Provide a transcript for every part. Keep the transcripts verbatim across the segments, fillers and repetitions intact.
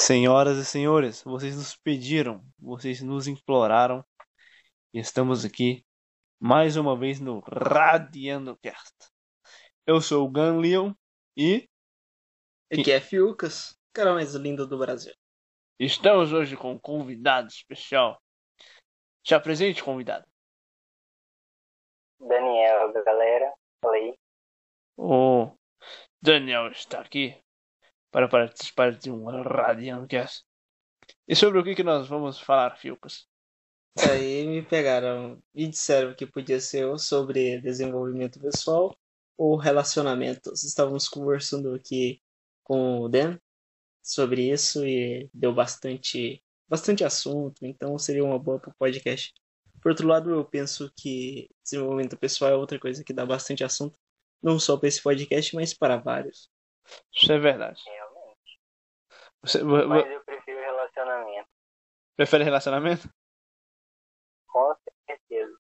Senhoras e senhores, vocês nos pediram, vocês nos imploraram e estamos aqui mais uma vez no Radiando Cast. Eu sou o Gun Leon e Aqui é Fiucas, cara mais lindo do Brasil. estamos hoje com um convidado especial. Se apresente, convidado. Daniel, galera, falei. O Daniel está aqui para participar de um Radiando Cast. E sobre o que, que nós vamos falar, Fiucas? Aí me pegaram e disseram que podia ser ou sobre desenvolvimento pessoal ou relacionamentos. Estávamos conversando aqui com o Dan sobre isso e deu bastante, bastante assunto, então seria uma boa para o podcast. Por outro lado, eu penso que desenvolvimento pessoal é outra coisa que dá bastante assunto, não só para esse podcast, mas para vários. Isso é verdade. Realmente. Você vo- Mas vo- eu prefiro relacionamento, prefere relacionamento? com certeza.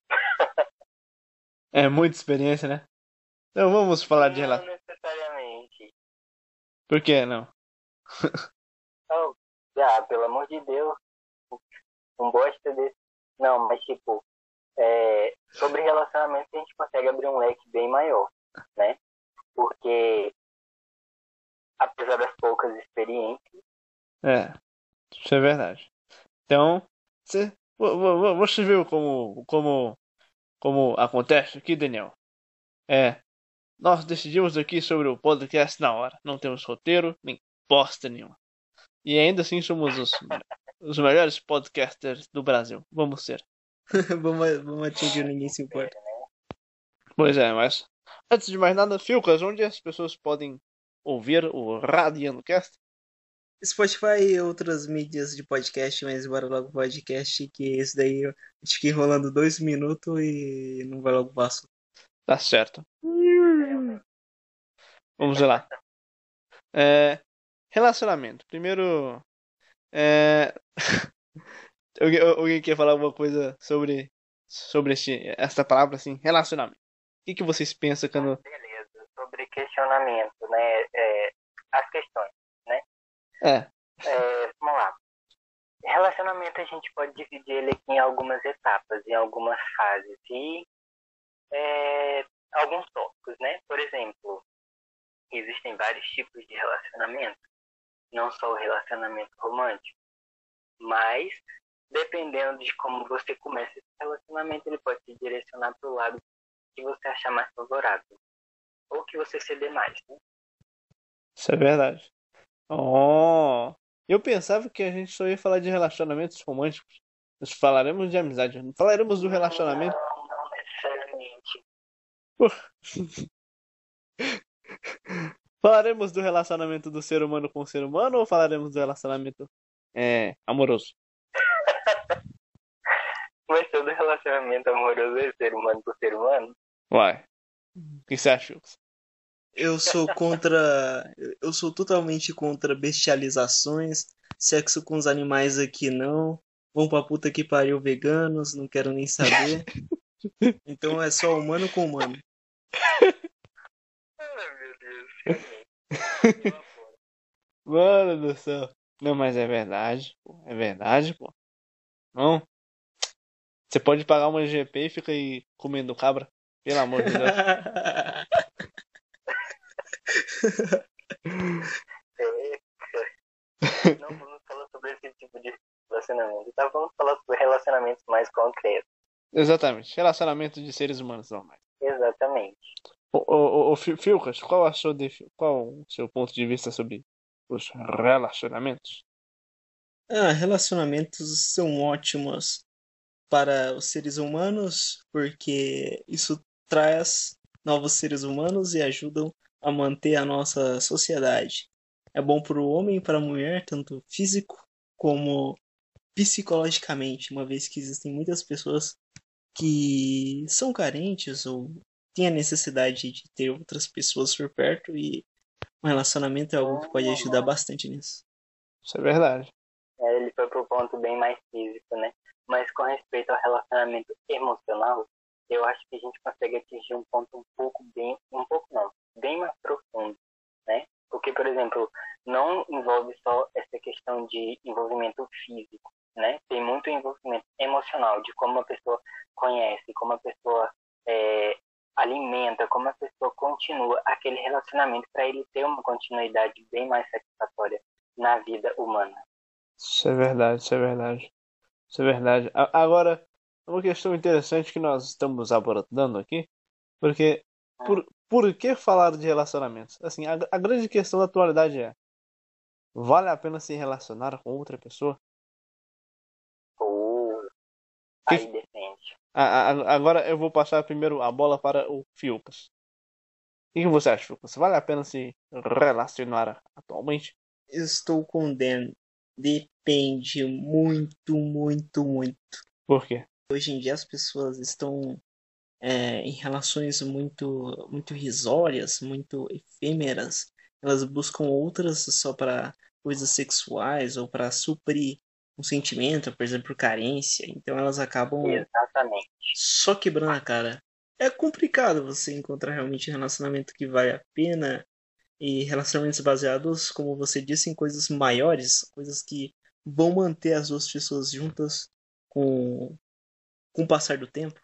É muita experiência, né? Então vamos falar de Não relacionamento. necessariamente. Por que não? Oh, ah, pelo amor de Deus, não gosta desse. Não, mas tipo, é, sobre relacionamento a gente consegue abrir um leque bem maior, né? Porque, apesar das poucas experiências, É, isso é verdade. Então, você, vo- vo- vo- você viu como, como, como acontece aqui, Daniel? É, nós decidimos aqui sobre o podcast na hora. Não temos roteiro, nem bosta nenhuma. E ainda assim somos os, os melhores podcasters do Brasil. Vamos ser. vamos, vamos atingir ninguém se importa. Pois é, mas antes de mais nada, Filcas, onde as pessoas podem ouvir o Radiando Cast? Spotify e outras mídias de podcast, mas bora logo pro podcast, que esse daí eu fiquei enrolando dois minutos e não vai logo pro assunto. Tá certo. Vamos lá. É, relacionamento. Primeiro, é, alguém, alguém quer falar alguma coisa sobre, sobre esse, essa palavra assim, relacionamento? O que, que vocês pensam quando. beleza. Sobre questionamento, né? É, as questões, né? É, É, vamos lá. Relacionamento a gente pode dividir ele aqui em algumas etapas, em algumas fases e é, alguns tópicos, né? Por exemplo, existem vários tipos de relacionamento, não só o relacionamento romântico, mas dependendo de como você começa esse relacionamento, ele pode te direcionar para o lado que você achar mais favorável ou que você ceder mais, né? isso é verdade. Oh, eu pensava que a gente só ia falar de relacionamentos românticos. Nós falaremos de amizade, não falaremos do relacionamento. Não, não necessariamente. Falaremos do relacionamento do ser humano com o ser humano ou falaremos do relacionamento é, amoroso? Mas todo relacionamento amoroso é ser humano por ser humano. Uai, o que você acha, Wilson? Eu sou contra. Eu sou totalmente contra bestializações, sexo com os animais aqui não. Vão pra puta que pariu veganos, não quero nem saber. Então é só humano com humano. Ai, meu Deus. Mano do céu. Não, mas é verdade, pô. É verdade, pô. Não. Você pode pagar uma G P e fica aí comendo cabra. Pelo amor de Deus. Não vamos falar sobre esse tipo de relacionamento. Então vamos falar sobre relacionamentos mais concretos. Exatamente. Relacionamento de seres humanos normais. Exatamente. Ô, ô, ô, ô, Fil- Filcas, qual, a sua defi- qual o seu ponto de vista sobre os relacionamentos? Ah, relacionamentos são ótimos para os seres humanos, porque isso traz novos seres humanos e ajudam a manter a nossa sociedade. É bom para o homem e para a mulher, tanto físico como psicologicamente, uma vez que existem muitas pessoas que são carentes ou têm a necessidade de ter outras pessoas por perto e um relacionamento é algo que pode ajudar bastante nisso. Isso é verdade. É, ele foi pro ponto bem mais físico, né? Mas com respeito ao relacionamento emocional, eu acho que a gente consegue atingir um ponto um pouco bem, um pouco não, bem mais profundo, né? Porque, por exemplo, não envolve só essa questão questão de envolvimento físico, né? Tem muito envolvimento emocional, de como a pessoa conhece, como a pessoa é, alimenta, como a pessoa continua aquele relacionamento para ele ter uma continuidade bem mais satisfatória na vida humana. Isso é verdade, isso é verdade. Isso é verdade. A- Agora, uma questão interessante que nós estamos abordando aqui, porque por, por que falar de relacionamentos? Assim, a, a grande questão da atualidade é: vale a pena se relacionar com outra pessoa? Ou Que- aí depende. a- a- agora eu vou passar primeiro a bola para o Fiucas. O que que você acha, Fiucas? Vale a pena se relacionar atualmente? Estou com Dan. Depende muito, muito, muito. Por quê? Hoje em dia as pessoas estão é, em relações muito, muito risórias, muito efêmeras. Elas buscam outras só para coisas sexuais ou para suprir um sentimento, por exemplo, carência. Então elas acabam Exatamente. só quebrando a cara. É complicado você encontrar realmente um relacionamento que vale a pena e relacionamentos baseados, como você disse, em coisas maiores, coisas que vão manter as duas pessoas juntas com, com o passar do tempo.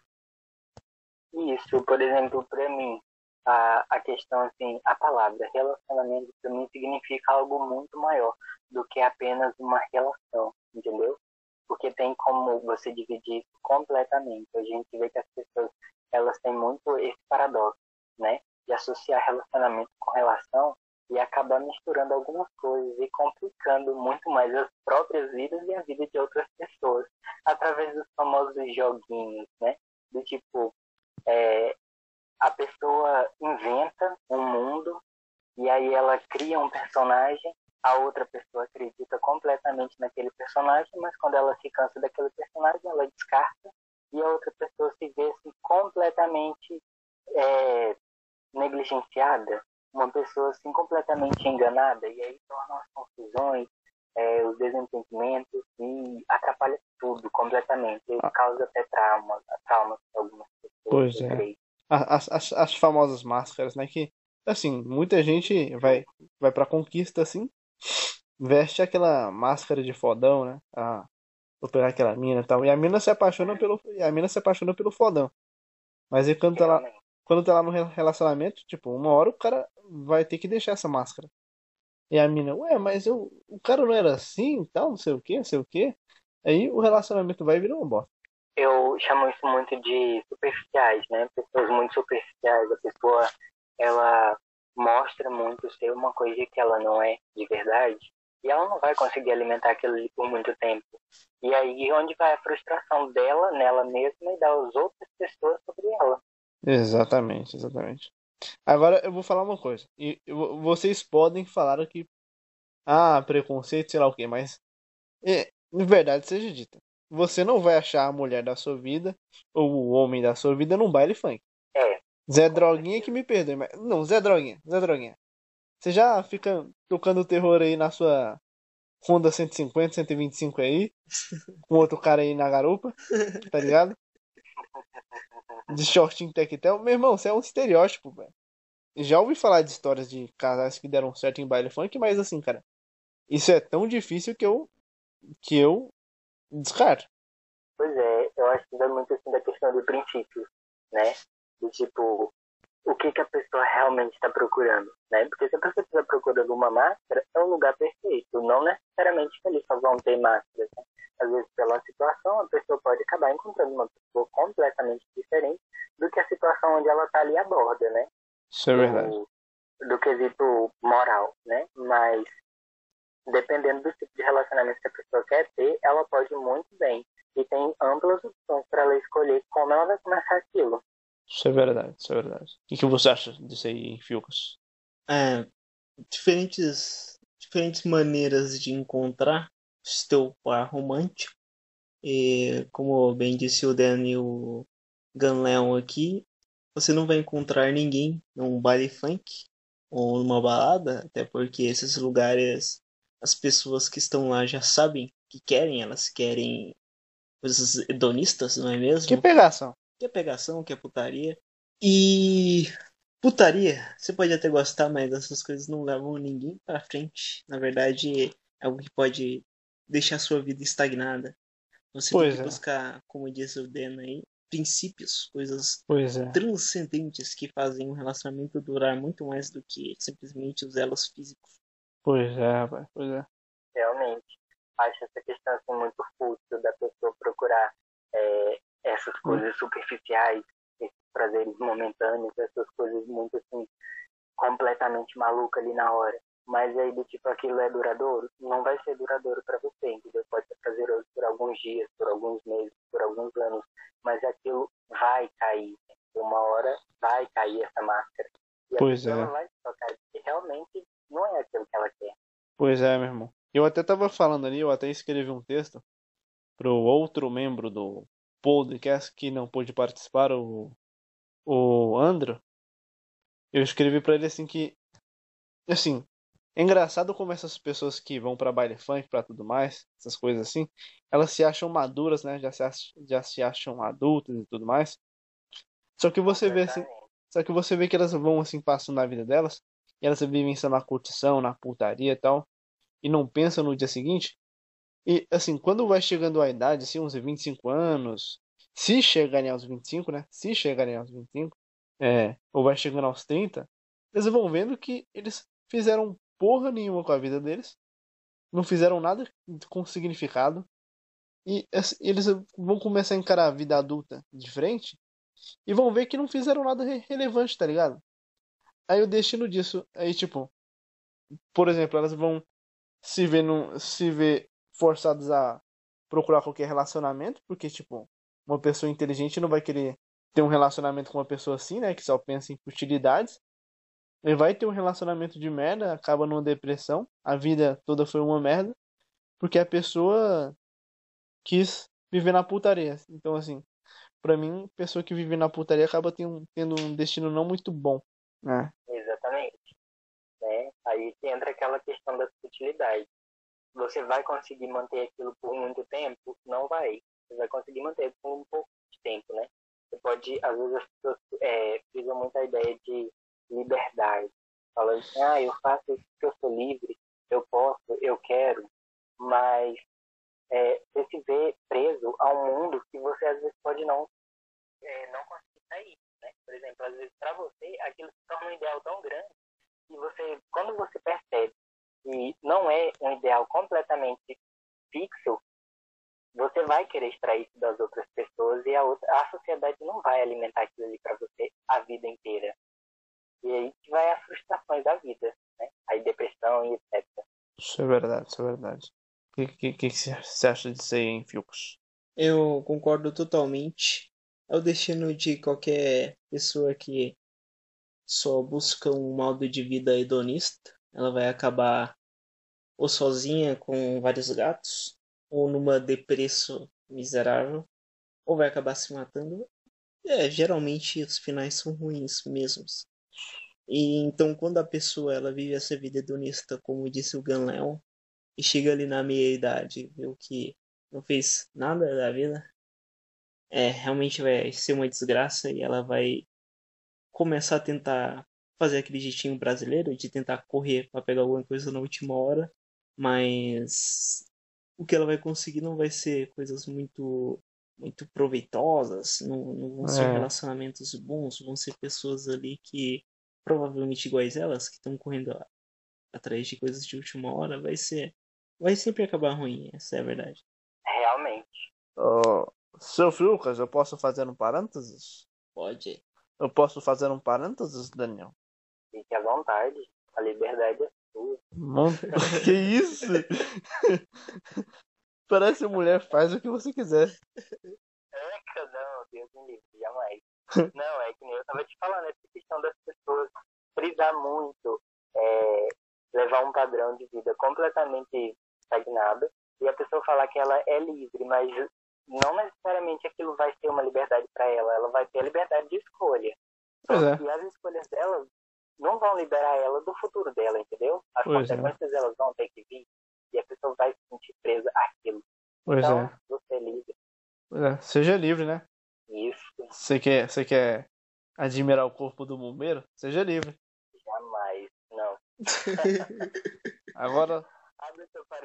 Isso, por exemplo, para mim, a, a questão, assim, a palavra relacionamento para mim significa algo muito maior do que apenas uma relação, entendeu? Porque tem como você dividir isso completamente. A gente vê que as pessoas, elas têm muito esse paradoxo, né? De associar relacionamento com relação e acabar misturando algumas coisas e complicando muito mais as próprias vidas e a vida de outras pessoas através dos famosos joguinhos, né? Do tipo, é, a pessoa inventa um mundo e aí ela cria um personagem, a outra pessoa acredita completamente naquele personagem, mas quando ela se cansa daquele personagem, ela descarta e a outra pessoa se vê assim, completamente é, negligenciada, uma pessoa assim completamente enganada, e aí torna as confusões, é, os desentendimentos e atrapalha tudo completamente. E Ah. causa até traumas, traumas para algumas pessoas. Pois eu é. creio. A- As, as, as famosas máscaras, né? Que, assim, muita gente vai, vai pra conquista, assim, veste aquela máscara de fodão, né? Ah, vou pegar aquela mina e tal. E a mina se apaixona pelo, e a mina se apaixona pelo fodão. Mas aí quando tá lá, Realmente. quando tá lá no re- relacionamento, tipo, uma hora o cara vai ter que deixar essa máscara. E a mina, ué, mas eu, o cara não era assim e tal, não sei o que, não sei o que. Aí o relacionamento vai virar uma bosta. Eu chamo isso muito de superficiais, né? Pessoas muito superficiais. A pessoa, ela mostra muito ser uma coisa que ela não é de verdade e ela não vai conseguir alimentar aquilo ali por muito tempo. E aí onde vai a frustração dela, nela mesma e das outras pessoas sobre ela. Exatamente, exatamente. Agora eu vou falar uma coisa. E eu- vocês podem falar aqui, ah, preconceito, sei lá o quê, mas é, em verdade seja dita. Você não vai achar a mulher da sua vida ou o homem da sua vida num baile funk. É, Zé Droguinha que me perdoe, mas não, Zé Droguinha, Zé Droguinha. Você já fica tocando terror aí na sua Honda cento e cinquenta, cento e vinte e cinco aí, com outro cara aí na garupa, tá ligado? De shortinho tectel. Meu irmão, você é um estereótipo, velho. Já ouvi falar de histórias de casais que deram certo em baile funk, mas assim, cara, isso é tão difícil que eu que eu descarto. pois é, eu acho que vai muito assim da questão do princípio, né? Do tipo, o que, que a pessoa realmente está procurando, né? Porque se a pessoa estiver procurando uma máscara, é um lugar perfeito. Não necessariamente que eles só vão ter máscaras, né? Às vezes, pela situação, a pessoa pode acabar encontrando uma pessoa completamente diferente do que a situação onde ela está ali aborda, né? Isso é verdade. Do, do quesito moral, né? Mas, dependendo do tipo de relacionamento que a pessoa quer ter, ela pode ir muito bem. E tem amplas opções para ela escolher como ela vai começar aquilo. Isso é verdade, isso é verdade. O que, que você acha disso aí, Fiucas? É, diferentes, diferentes maneiras de encontrar o teu par romântico. E como bem disse o Daniel Ganleon aqui, você não vai encontrar ninguém num baile funk ou numa balada, até porque esses lugares, as pessoas que estão lá já sabem o que querem, elas querem coisas hedonistas, não é mesmo? Que pegação. Que é pegação, que é putaria. E putaria, você pode até gostar, mas essas coisas não levam ninguém pra frente. Na verdade, algo que pode deixar sua vida estagnada. Você Pois tem que é, buscar, como disse o Dan aí, princípios, coisas pois é, transcendentes que fazem um relacionamento durar muito mais do que simplesmente os elos físicos. pois é, rapaz, pois é. Realmente. Acho essa questão assim, muito fútil da pessoa procurar é, essas coisas superficiais, esses prazeres momentâneos, essas coisas muito assim, completamente malucas ali na hora. Mas aí, do tipo, aquilo é duradouro? Não vai ser duradouro para você, entendeu? Pode ser prazeroso por alguns dias, por alguns meses, por alguns anos, mas aquilo vai cair. Uma hora vai cair essa máscara. E a Pois pessoa é. ela vai se tocar de que realmente não é aquilo que ela quer. Pois é, meu irmão. Eu até tava falando ali, eu até escrevi um texto pro outro membro do podcast que não pôde participar, o, o Andro. Eu escrevi pra ele assim que, assim, é engraçado como essas pessoas que vão pra baile funk, pra tudo mais, essas coisas assim, elas se acham maduras, né? Já se, ach- já se acham adultas e tudo mais. Só que você vê assim, Completamente. só que você vê que elas vão assim passando na vida delas, e elas vivem só na curtição, na putaria e tal, e não pensam no dia seguinte. E assim, quando vai chegando a idade, assim, uns vinte e cinco anos, se chegarem aos vinte e cinco, né? Se chegarem aos vinte e cinco, é, ou vai chegando aos trinta, eles vão vendo que eles fizeram porra nenhuma com a vida deles, não fizeram nada com significado, e assim, eles vão começar a encarar a vida adulta de frente e vão ver que não fizeram nada re- relevante, tá ligado? Aí o destino disso, aí tipo, por exemplo, elas vão se ver, num, se ver forçadas a procurar qualquer relacionamento, porque, tipo, uma pessoa inteligente não vai querer ter um relacionamento com uma pessoa assim, né, que só pensa em futilidades. Ele vai ter um relacionamento de merda, acaba numa depressão, a vida toda foi uma merda, porque a pessoa quis viver na putaria. Então, assim, pra mim, pessoa que vive na putaria acaba tendo, tendo um destino não muito bom, né? Exatamente. Né? Aí que entra aquela questão da futilidade. Você vai conseguir manter aquilo por muito tempo? Não vai. Você vai conseguir manter por um pouco de tempo, né? Você pode, às vezes as pessoas é, usam muito a ideia de liberdade. Falando assim, ah, eu faço isso porque eu sou livre, eu posso, eu quero, mas é, você se vê preso a um mundo que você às vezes pode não, é, não conseguir sair, né? Por exemplo, às vezes para você aquilo se torna um ideal tão grande que você, quando você percebe que não é um ideal completamente fixo, você vai querer extrair isso das outras pessoas e a, outra, a sociedade não vai alimentar aquilo ali para você a vida inteira. E aí que vai as frustrações da vida, né? Aí depressão e etcétera. Isso é verdade, isso é verdade. O que, que, que você acha disso aí, hein, Fiocos? Eu concordo totalmente. É o destino de qualquer pessoa que só busca um modo de vida hedonista. Ela vai acabar ou sozinha com vários gatos, ou numa depresso miserável, ou vai acabar se matando. É, geralmente os finais são ruins mesmos. E então quando a pessoa ela vive essa vida hedonista, como disse o Ganleon, e chega ali na meia idade, viu que não fez nada da vida, é, realmente vai ser uma desgraça e ela vai começar a tentar fazer aquele jeitinho brasileiro de tentar correr para pegar alguma coisa na última hora, mas o que ela vai conseguir não vai ser coisas muito muito proveitosas, não, não vão ser É, relacionamentos bons, vão ser pessoas ali que provavelmente iguais elas, que estão correndo a- atrás de coisas de última hora, vai ser vai sempre acabar ruim, essa é a verdade. Realmente. Ô, seu Lucas, eu posso fazer um parênteses? Pode. Eu posso fazer um parênteses, Daniel? Fique à vontade. A liberdade é sua. Não... Que isso? Parece mulher, faz o que você quiser. Eca, não, Deus me livre, jamais. Não, é que nem eu tava te falando, essa questão das pessoas frisar muito, é, levar um padrão de vida completamente estagnado e a pessoa falar que ela é livre, mas não necessariamente aquilo vai ser uma liberdade para ela, ela vai ter a liberdade de escolha. Pois Só é, que as escolhas dela não vão liberar ela do futuro dela, entendeu? As pois é, consequências elas vão ter que vir e a pessoa vai se sentir presa àquilo. pois Então, é. você é livre. Pois é. Seja livre, né? Isso, Você quer, você quer admirar o corpo do bombeiro? Seja livre. jamais. Não. Agora, Abre seu parênteses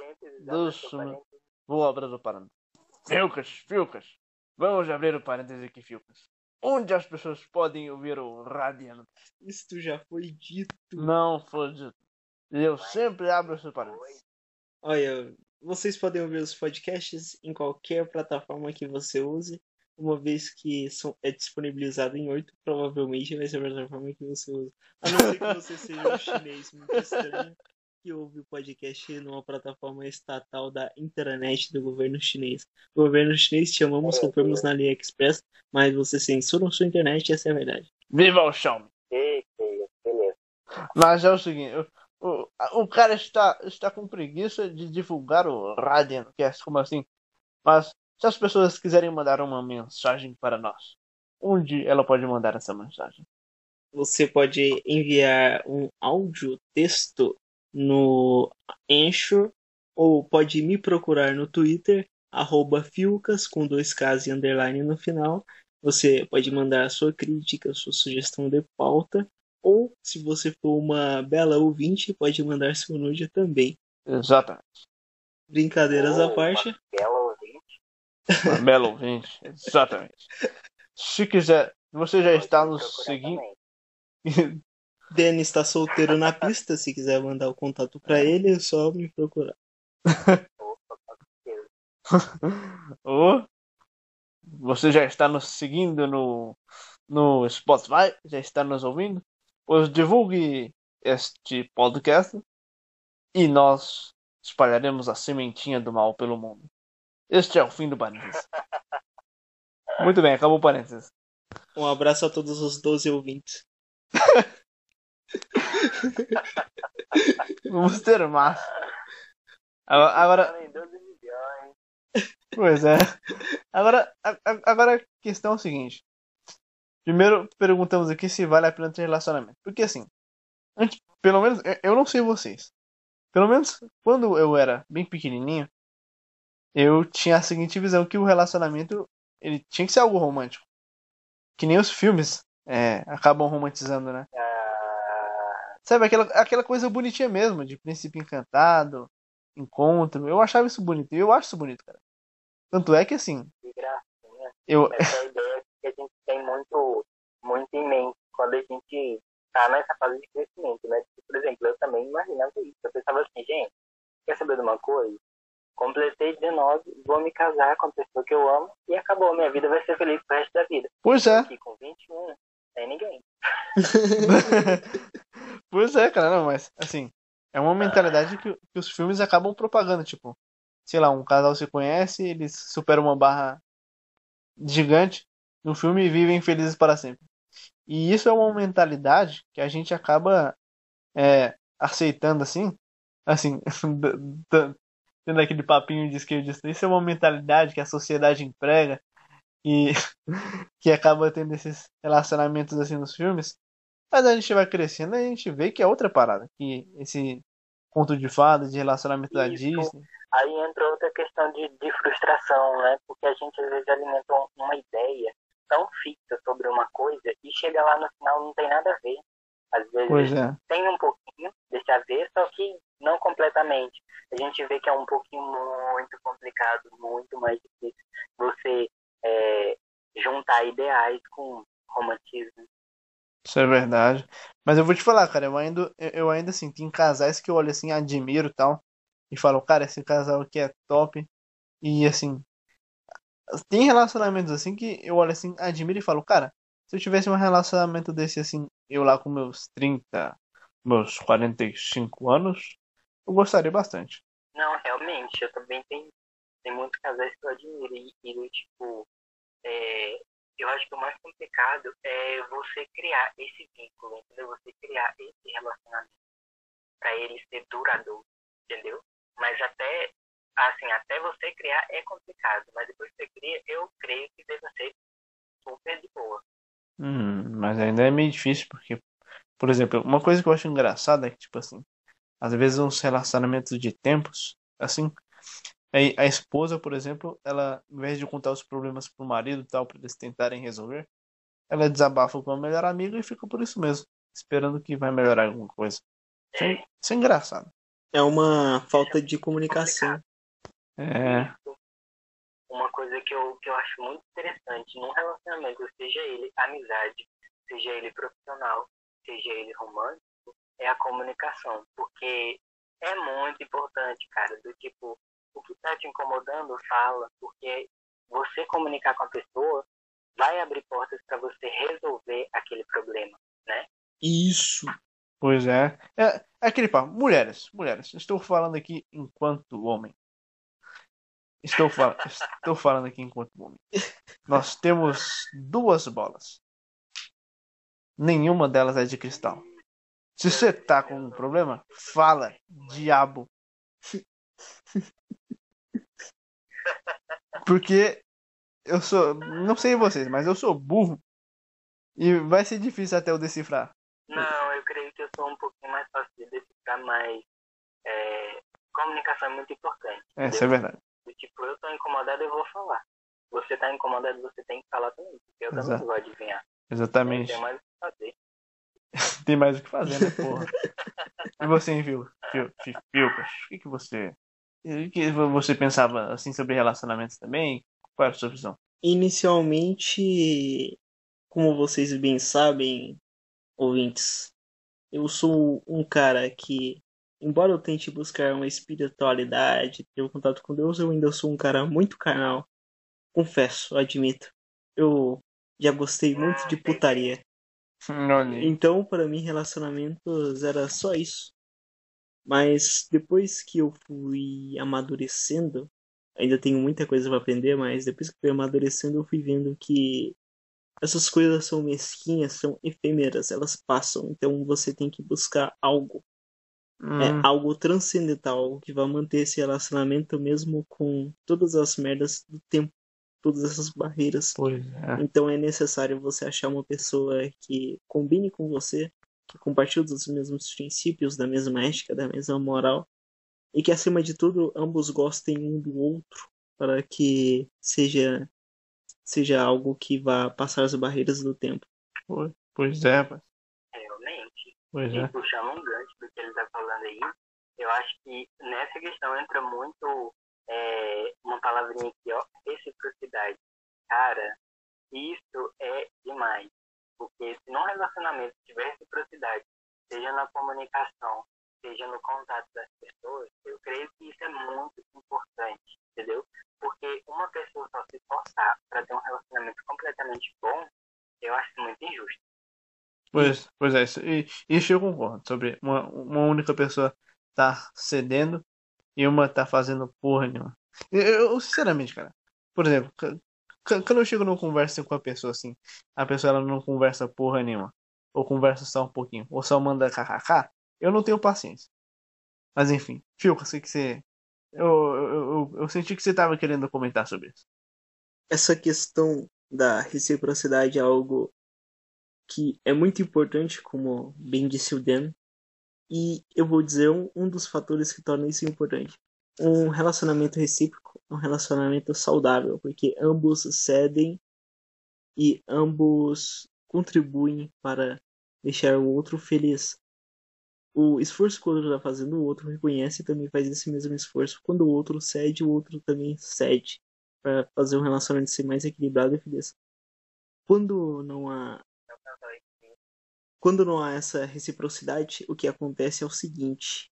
Dos... Vou abrir o parênteses. Filcas, Filcas. Vamos abrir o parênteses aqui, Filcas. Onde as pessoas podem ouvir o Radiant? Isto já foi dito. Não foi dito. Eu sempre abro esse parênteses. Olha, vocês podem ouvir os podcasts em qualquer plataforma que você use, uma vez que são, é disponibilizado em oito, provavelmente vai ser a plataforma que você usa. A não ser que você seja um chinês muito estranho que ouve o podcast numa plataforma estatal da internet do governo chinês. O governo chinês te amamos, compramos na AliExpress, mas você censura sua internet, essa é a verdade. Viva o Xiaomi! Beleza. Mas é o seguinte, o, o, o cara está, está com preguiça de divulgar o Radiant, que é como assim. Mas se as pessoas quiserem mandar uma mensagem para nós, onde ela pode mandar essa mensagem? Você pode enviar um áudio, texto no Anchor, ou pode me procurar no Twitter, arroba Filcas, com dois Ks e underline no final. Você pode mandar a sua crítica, a sua sugestão de pauta, ou, se você for uma bela ouvinte, pode mandar seu nude também. Exatamente. Brincadeiras à Oh, parte. uma bela ouvinte. Uma bela ouvinte. Exatamente. Se quiser, você já está Pode me nos procurar seguindo. também. Danny está solteiro na pista, se quiser mandar o contato para ele, é só me procurar. Opa, com certeza. Ou você já está nos seguindo no, no Spotify, já está nos ouvindo, pois divulgue este podcast e nós espalharemos a sementinha do mal pelo mundo. Este é o fim do parênteses. Muito bem, acabou o parênteses. Um abraço a todos os doze ouvintes. Vamos ter mais. Agora, agora, Em doze milhões. pois é. Agora, a- a- agora a questão é o seguinte. Primeiro perguntamos aqui se vale a pena ter relacionamento. Porque assim, antes, pelo menos, eu- eu não sei vocês. Pelo menos quando eu era bem pequenininho, eu tinha a seguinte visão que o relacionamento ele tinha que ser algo romântico. Que nem os filmes é, acabam romantizando, né? Ah, Sabe, aquela, aquela coisa bonitinha mesmo, de príncipe encantado, encontro. Eu achava isso bonito. E eu acho isso bonito, cara. Tanto é que assim, que gracinha. eu. Essa é a ideia que a gente tem muito, muito em mente quando a gente tá nessa fase de crescimento, né? Por exemplo, eu também imaginava isso. Eu pensava assim, gente, quer saber de uma coisa? Completei dezenove, vou me casar com a pessoa que eu amo e acabou. Minha vida vai ser feliz pro resto da vida. Pois é. Aqui com vinte e um, sem ninguém. Pois é, cara, não, mas assim, é uma mentalidade que, que os filmes acabam propagando, tipo, sei lá, um casal se conhece, eles superam uma barra gigante no filme e vivem felizes para sempre. E isso é uma mentalidade que a gente acaba é, aceitando assim, assim, d- d- tendo aquele papinho de esquerdista. Isso é uma mentalidade que a sociedade emprega e que acaba tendo esses relacionamentos assim nos filmes. Mas a gente vai crescendo e a gente vê que é outra parada. Que esse conto de fadas, de relacionamento da Isso. Disney. Aí entra outra questão de, de frustração, né? Porque a gente às vezes alimenta um- uma ideia tão fixa sobre uma coisa e chega lá no final não tem nada a ver. Às vezes Pois é. tem um pouquinho, deixa ver, só que não completamente. A gente vê que é um pouquinho muito complicado, muito mais difícil você é, juntar ideais com romantismo. Isso é verdade. Mas eu vou te falar, cara, eu ainda, eu eu ainda assim, tem casais que eu olho assim, admiro e tal. E falo, cara, esse casal aqui é top. E assim, tem relacionamentos assim que eu olho assim, admiro e falo, cara, se eu tivesse um relacionamento desse assim, eu lá com meus trinta, meus quarenta e cinco anos, eu gostaria bastante. Não, realmente, eu também tenho, tem muitos casais que eu admiro e, e tipo, é, eu acho que o mais complicado é você criar esse vínculo, entendeu? Você criar esse relacionamento para ele ser duradouro, entendeu? Mas até, assim, até você criar é complicado, mas depois que você cria, eu creio que deve ser super de boa. Hum, mas ainda é meio difícil, porque, por exemplo, uma coisa que eu acho engraçada é que, tipo assim, às vezes uns relacionamentos de tempos, assim, aí a esposa, por exemplo, ela, em vez de contar os problemas pro marido e tal, pra eles tentarem resolver, ela desabafa com a melhor amiga e fica por isso mesmo, esperando que vai melhorar alguma coisa. Isso é, isso é engraçado. É uma falta de comunicação. É. Uma coisa que eu, que eu acho muito interessante num relacionamento, seja ele amizade, seja ele profissional, seja ele romântico, é a comunicação. Porque é muito importante, cara, do tipo, o que tá te incomodando, fala, porque você comunicar com a pessoa vai abrir portas para você resolver aquele problema, né? Isso. Pois é. É, é aquele papo. Mulheres, mulheres. Estou falando aqui enquanto homem. Estou, fal estou falando aqui enquanto homem. Nós temos duas bolas. Nenhuma delas é de cristal. Se você tá com um problema, fala, diabo. Porque eu sou, não sei vocês, mas eu sou burro. E vai ser difícil até eu decifrar. Não, eu creio que eu sou um pouquinho mais fácil de decifrar, mas é, comunicação é muito importante. É, isso é verdade. Tipo, eu tô incomodado, eu vou falar. Você tá incomodado, você tem que falar também. Porque eu Exato. também não vou adivinhar. Exatamente. Tem mais o que fazer. Tem mais o que fazer, né, porra? E você, Fil? Fil, Fil, Filcas, o que, que você. O que você pensava assim sobre relacionamentos também? Qual era a sua visão? Inicialmente, como vocês bem sabem, ouvintes, eu sou um cara que, embora eu tente buscar uma espiritualidade, ter um contato com Deus, eu ainda sou um cara muito carnal. Confesso, admito. Eu já gostei muito de putaria. Olha. Então, para mim, relacionamentos era só isso. Mas depois que eu fui amadurecendo, ainda tenho muita coisa para aprender, mas depois que fui amadurecendo, eu fui vendo que essas coisas são mesquinhas, são efêmeras, elas passam. Então você tem que buscar algo. Hum. É algo transcendental, algo que vai manter esse relacionamento mesmo com todas as merdas do tempo, todas essas barreiras. Pois é. Então é necessário você achar uma pessoa que combine com você, que compartilhe dos mesmos princípios, da mesma ética, da mesma moral, e que acima de tudo ambos gostem um do outro, para que seja seja algo que vá passar as barreiras do tempo. Pois, pois é, pai. Realmente. Pois E é. puxando um gancho do que ele tá falando aí, eu acho que nessa questão entra muito é, uma palavrinha aqui, ó, reciprocidade. Cara, isso é demais. Porque se num relacionamento tiver reciprocidade, seja na comunicação, seja no contato das pessoas, eu creio que isso é muito importante, entendeu? Porque uma pessoa só se esforçar para ter um relacionamento completamente bom, eu acho muito injusto. Pois, pois é, isso, e, isso eu concordo. Sobre uma, uma única pessoa tá cedendo e uma tá fazendo porra nenhuma. Eu, eu, sinceramente, cara, por exemplo, c- c- quando eu chego numa conversa com a pessoa assim, a pessoa ela não conversa porra nenhuma, ou conversa só um pouquinho, ou só manda kkk, eu não tenho paciência. Mas enfim, Phil, eu sei que você. Eu, eu, eu, eu senti que você tava querendo comentar sobre isso. Essa questão da reciprocidade é algo que é muito importante, como bem disse o Dan, e eu vou dizer um, um dos fatores que torna isso importante. Um relacionamento recíproco é um relacionamento saudável, porque ambos cedem e ambos contribuem para deixar o outro feliz. O esforço que o outro está fazendo, o outro reconhece e também faz esse mesmo esforço. Quando o outro cede, o outro também cede, para fazer um relacionamento ser mais equilibrado e feliz. Quando não há Quando não há essa reciprocidade, o que acontece é o seguinte: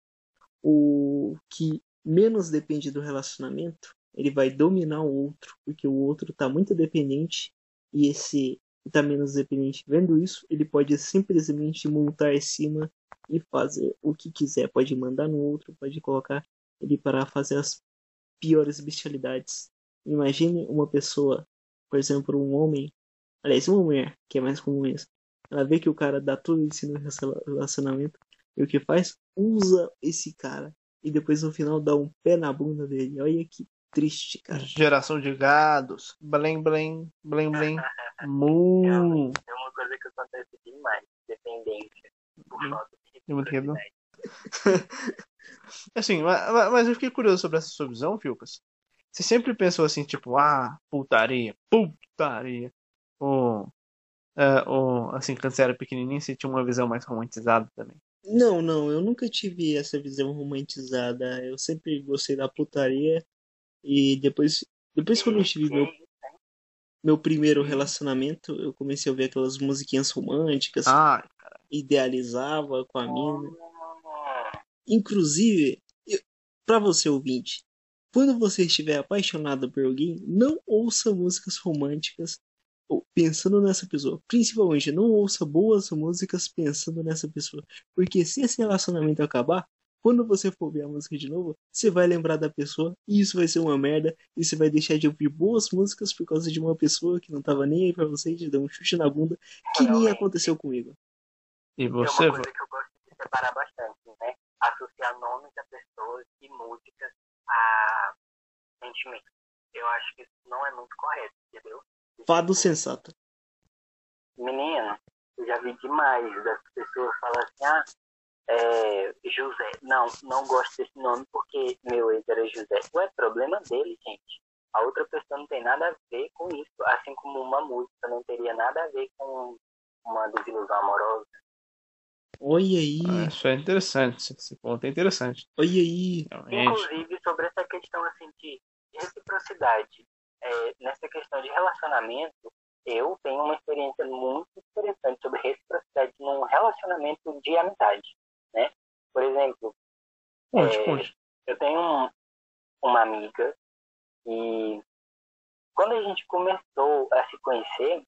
o que menos depende do relacionamento, ele vai dominar o outro, porque o outro está muito dependente e esse que está menos dependente, vendo isso, ele pode simplesmente montar em cima e fazer o que quiser. Pode mandar no outro, pode colocar ele para fazer as piores bestialidades. Imagine uma pessoa, por exemplo, um homem, aliás, uma mulher, que é mais comum isso. Ela vê que o cara dá tudo em si no relacionamento e o que faz? Usa esse cara e depois no final dá um pé na bunda dele. Olha que triste, cara. Geração de gados. Blém, blém, blém, blém. Mu. É uma coisa que acontece demais, dependência. Por falta de reciprocidade. Assim, mas, mas eu fiquei curioso sobre essa sua visão, Filcas. Você sempre pensou assim, tipo, ah, putaria, putaria. Ou, é, ou assim, quando você era pequenininho, você tinha uma visão mais romantizada também. Não, não, eu nunca tive essa visão romantizada. Eu sempre gostei da putaria E depois, depois quando eu tive Que meu, isso, hein? meu primeiro Hum. relacionamento, eu comecei a ouvir aquelas musiquinhas românticas, Ah, idealizava com a mina. Hum, Inclusive, para você ouvinte, quando você estiver apaixonado por alguém, não ouça músicas românticas ou pensando nessa pessoa. Principalmente, não ouça boas músicas pensando nessa pessoa. Porque se esse relacionamento acabar, quando você for ouvir a música de novo, você vai lembrar da pessoa e isso vai ser uma merda. E você vai deixar de ouvir boas músicas por causa de uma pessoa que não tava nem aí pra você e te deu um chute na bunda, que nem realmente. aconteceu comigo. e É uma você, vô? coisa que eu gosto de separar bastante, né? Associar nomes a pessoas e músicas a sentimentos. Eu acho que isso não é muito correto, entendeu? Fado Tipo, sensato. menino, eu já vi demais das pessoas falando assim, ah, é, José. Não, não gosto desse nome porque meu ex era José. Ué, problema dele, gente. A outra pessoa não tem nada a ver com isso. Assim como uma música não teria nada a ver com uma desilusão amorosa. Olha Ah, aí, isso é interessante. Esse esse ponto é interessante. olha aí. Realmente. Inclusive, sobre essa questão assim de reciprocidade, é, nessa questão de relacionamento, eu tenho uma experiência muito interessante sobre reciprocidade num relacionamento de amizade, né? Por exemplo, Conte, é, conte. eu tenho um, uma amiga e quando a gente começou a se conhecer,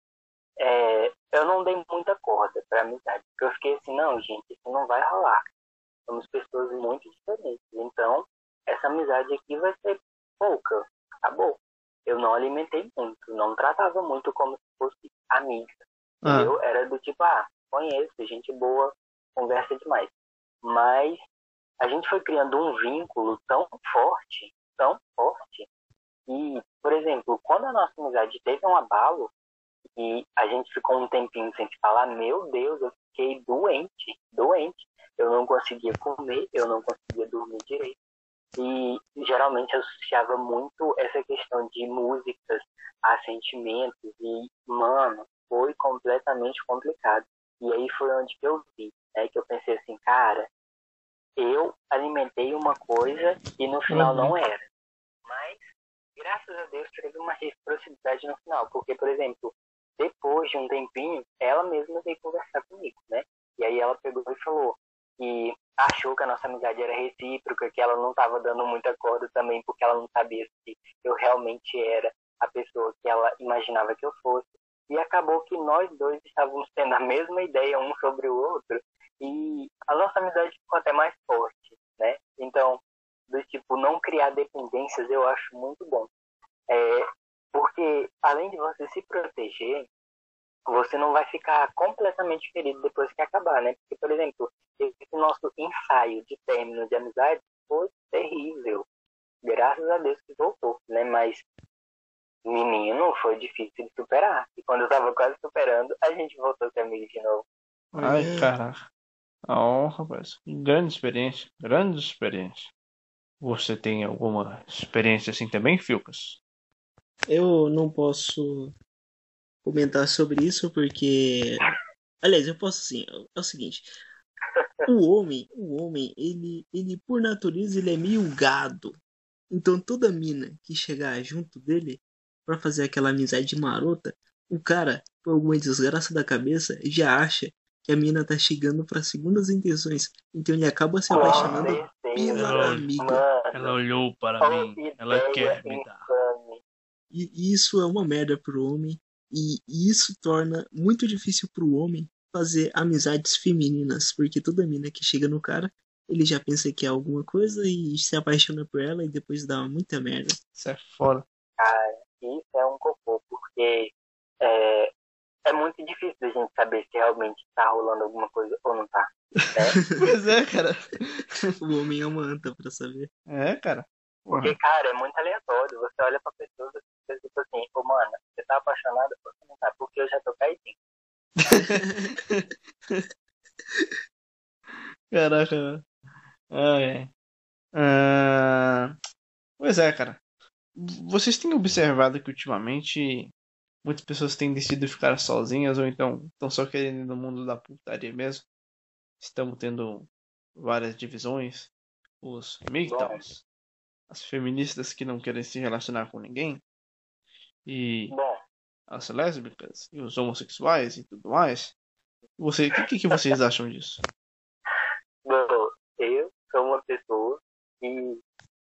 é, eu não dei muita corda para amizade, porque eu fiquei assim, não, gente, isso não vai rolar. Somos pessoas muito diferentes, então essa amizade aqui vai ser pouca, acabou. Eu não alimentei muito, não tratava muito como se fosse amiga, Ah, entendeu? Era do tipo, ah, conheço, gente boa, conversa demais. Mas a gente foi criando um vínculo tão forte, tão forte, e, por exemplo, quando a nossa amizade teve um abalo e a gente ficou um tempinho sem se falar, meu Deus, eu fiquei doente, doente. Eu não conseguia comer, eu não conseguia dormir direito. E geralmente eu associava muito essa questão de músicas a sentimentos e, mano, foi completamente complicado. E aí foi onde que eu vi, né, que eu pensei assim, cara, eu alimentei uma coisa e no final uhum. não era. Mas, graças a Deus, teve uma reciprocidade no final. Porque, por exemplo, depois de um tempinho, ela mesma veio conversar comigo, né? E aí ela pegou e falou que achou que a nossa amizade era recíproca, que ela não estava dando muita corda também, porque ela não sabia se eu realmente era a pessoa que ela imaginava que eu fosse. E acabou que nós dois estávamos tendo a mesma ideia um sobre o outro, e a nossa amizade ficou até mais forte, né? Então, do tipo, não criar dependências, eu acho muito bom. É, porque, além de você se proteger, você não vai ficar completamente ferido depois que acabar, né? Porque, por exemplo, esse nosso ensaio de término de amizade foi terrível. Graças a Deus que voltou, né? Mas, menino, foi difícil de superar. E quando eu tava quase superando, a gente voltou a ser amigo de novo. Ai, Olha, caraca. Oh, rapaz. Grande experiência. Grande experiência. Você tem alguma experiência assim também, Filcas? eu não posso comentar sobre isso porque, aliás, eu posso sim. É o seguinte, o homem, o homem, ele, ele por natureza ele é meio gado. Então toda mina que chegar junto dele pra fazer aquela amizade marota, o cara, por alguma desgraça da cabeça, já acha que a mina tá chegando para segundas intenções. Então ele acaba se Com apaixonando certeza, pela Ela, ol- amiga. ela mano. olhou para Oh, mim. Ela ideia quer me dar. infame. E isso é uma merda pro homem. E isso torna muito difícil pro homem fazer amizades femininas. Porque toda mina que chega no cara, ele já pensa que é alguma coisa e se apaixona por ela e depois dá muita merda. Isso é foda. Cara, isso é um cocô, porque é, é muito difícil a gente saber se realmente tá rolando alguma coisa ou não tá, né? Pois é, cara. O homem é uma anta pra saber. É, cara. Porque, Porra. cara, é muito aleatório. Você olha pra pessoa e você fica assim, ô, mano, você tá apaixonado ou você não tá? Porque eu já tô caidinho. Caraca. Ah, é. Ah, pois é, cara. Vocês têm observado que ultimamente muitas pessoas têm decidido ficar sozinhas ou então estão só querendo ir no mundo da putaria mesmo? Estamos tendo várias divisões, os Bom, MGTOWs. as feministas que não querem se relacionar com ninguém, e Bom, as lésbicas, e os homossexuais e tudo mais. Você, o que, que que vocês acham disso? bom, eu sou uma pessoa que,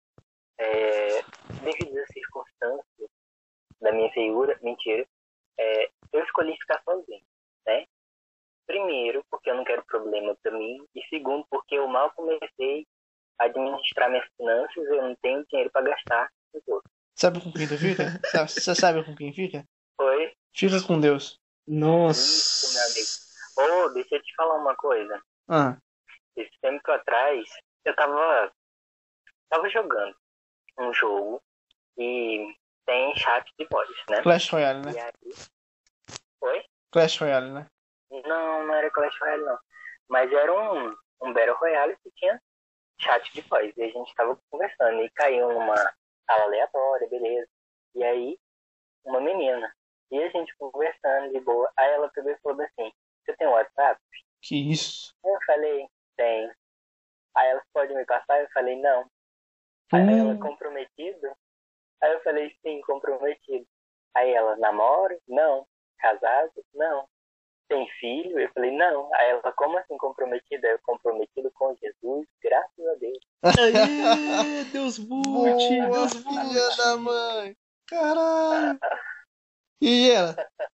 é, devido às circunstâncias da minha figura, mentira, é, eu escolhi ficar sozinho, né? Primeiro, porque eu não quero problema pra mim, e segundo, porque eu mal comecei a administrar minhas finanças, eu não tenho dinheiro pra gastar com os outros. Sabe com quem tu fica? Sabe- Você sabe com quem fica? Foi Fica com Deus. isso, meu amigo. Nossa. Ô, deixa eu te falar uma coisa. Ah, Esse tempo atrás, eu tava, tava jogando um jogo e tem chat de voz, né? Clash Royale, né? E aí, foi? Clash Royale, né? Não, não era Clash Royale, não. Mas era um, um Battle Royale que tinha chat de voz. E a gente tava conversando e caiu numa sala aleatória, beleza. E aí, uma menina. E a gente conversando de boa. Aí ela pegou e falou assim, você tem WhatsApp? Que isso? Eu falei, tem. Aí ela pode me passar? Eu falei, não. Aí ela, Hum, comprometido? Aí eu falei, sim, comprometido. Aí ela, namora? Não. Casado? Não. Tem filho? Eu falei, não. Aí ela, como assim comprometido? Eu, comprometido com Jesus, graças a Deus. Aê, Deus Bute, boa, Deus filha da Bute. mãe! Caralho! E ela?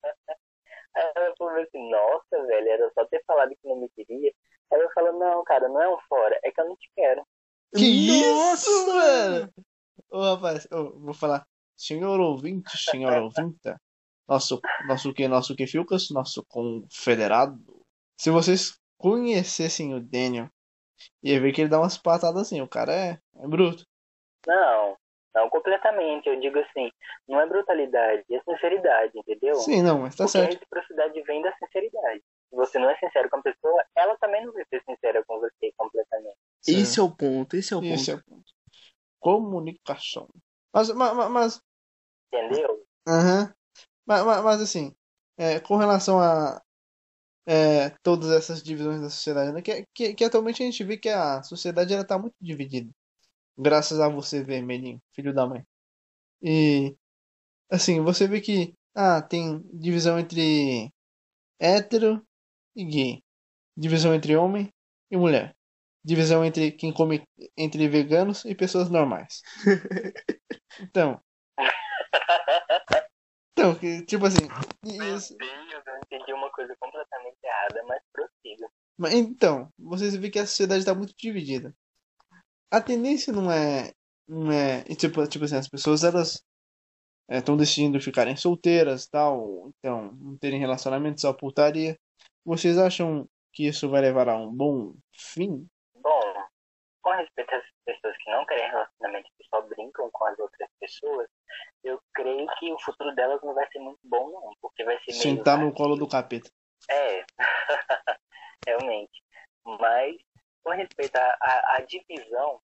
Aí ela falou assim, nossa, velho, era só ter falado que não me queria. Aí eu falo, não, cara, não é um fora, é que eu não te quero. Que isso, Nossa! velho? Ô, rapaz, ô, vou falar. Senhor ouvinte, senhor ouvinta. Nosso, nosso que, nosso que Filcas, nosso confederado. Se vocês conhecessem o Daniel, ia ver que ele dá umas patadas assim. O cara é, é bruto. Não, não completamente. Eu digo assim, não é brutalidade, é sinceridade, entendeu? Sim, não, mas tá Porque a certo. reciprocidade vem da sinceridade. Se você não é sincero com a pessoa, ela também não vai ser sincera com você completamente. Esse é o ponto, esse é o Esse é ponto. o ponto. Comunicação. Mas, mas, mas, Entendeu? aham. Mas, mas, mas, assim, é, com relação a é, todas essas divisões da sociedade, né? Que, que, que atualmente a gente vê que a sociedade ela tá muito dividida. Graças a você, vermelhinho, filho da mãe. E, assim, você vê que ah, tem divisão entre hétero e gay. Divisão entre homem e mulher. Divisão entre quem come entre veganos e pessoas normais. Então, então, que, tipo assim, Meu isso, Deus, eu entendi uma coisa completamente errada, mas prossiga. mas então, vocês vê que a sociedade está muito dividida. A tendência não é, não é, e tipo, tipo assim, as pessoas elas estão decidindo ficarem solteiras, tal, então não terem relacionamento, só putaria. Vocês acham que isso vai levar a um bom fim? Bom, com respeito às pessoas que não querem relacionamento, que só brincam com as outras pessoas, eu creio que o futuro delas não vai ser muito bom, não, porque vai ser meio Sentar no colo do capeta. É, realmente. Mas, com respeito à, à, à divisão,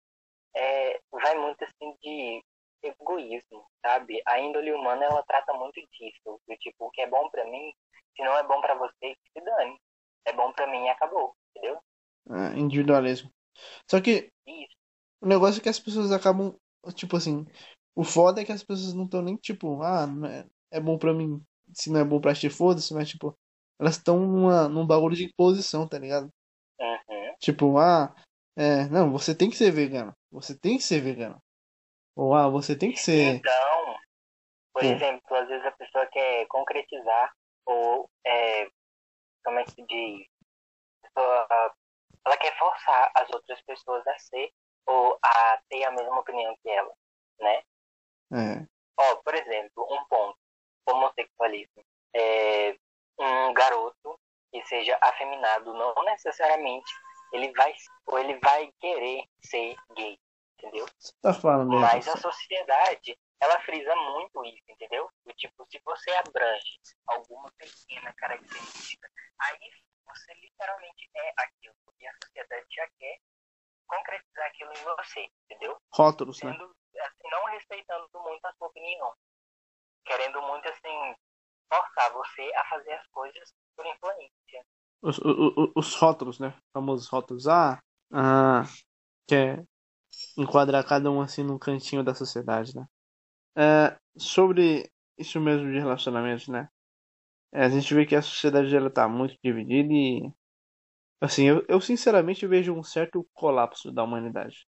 é, vai muito assim de egoísmo, sabe? A índole humana, ela trata muito disso. Do tipo, o que é bom pra mim, se não é bom pra você, que se dane. É bom pra mim e acabou, entendeu? É, individualismo. Só que Isso. o negócio é que as pessoas acabam, tipo assim, o foda é que as pessoas não estão nem tipo, ah, não é, é bom pra mim, se não é bom pra ti, foda-se, mas tipo, elas estão numa, num bagulho de imposição, tá ligado? Uhum. Tipo, ah, é, não, você tem que ser vegano, você tem que ser vegano. Ou ah, você tem que ser, Então, por pô, exemplo, às vezes a pessoa quer concretizar ou, é, como é que se diz? A pessoa, ela quer forçar as outras pessoas a ser ou a ter a mesma opinião que ela, né? é, Ó, por exemplo, um ponto, homossexualismo. É, um garoto que seja afeminado, não necessariamente ele vai ou ele vai querer ser gay, entendeu? você tá falando bem, Mas a parceiro. sociedade, ela frisa muito isso, entendeu? Do tipo, se você abrange alguma pequena característica, aí você literalmente é aquilo. E a sociedade já quer concretizar aquilo em você, entendeu? Rótulos, né? Sendo, assim, não respeitando muito a sua opinião. Querendo muito, assim, forçar você a fazer as coisas por influência. Os, o- o- os rótulos, né? Famosos rótulos. Ah, ah, quer, enquadrar cada um assim num cantinho da sociedade, né? É, sobre isso mesmo de relacionamentos, né? É, a gente vê que a sociedade ela tá muito dividida e, assim, eu, eu sinceramente vejo um certo colapso da humanidade.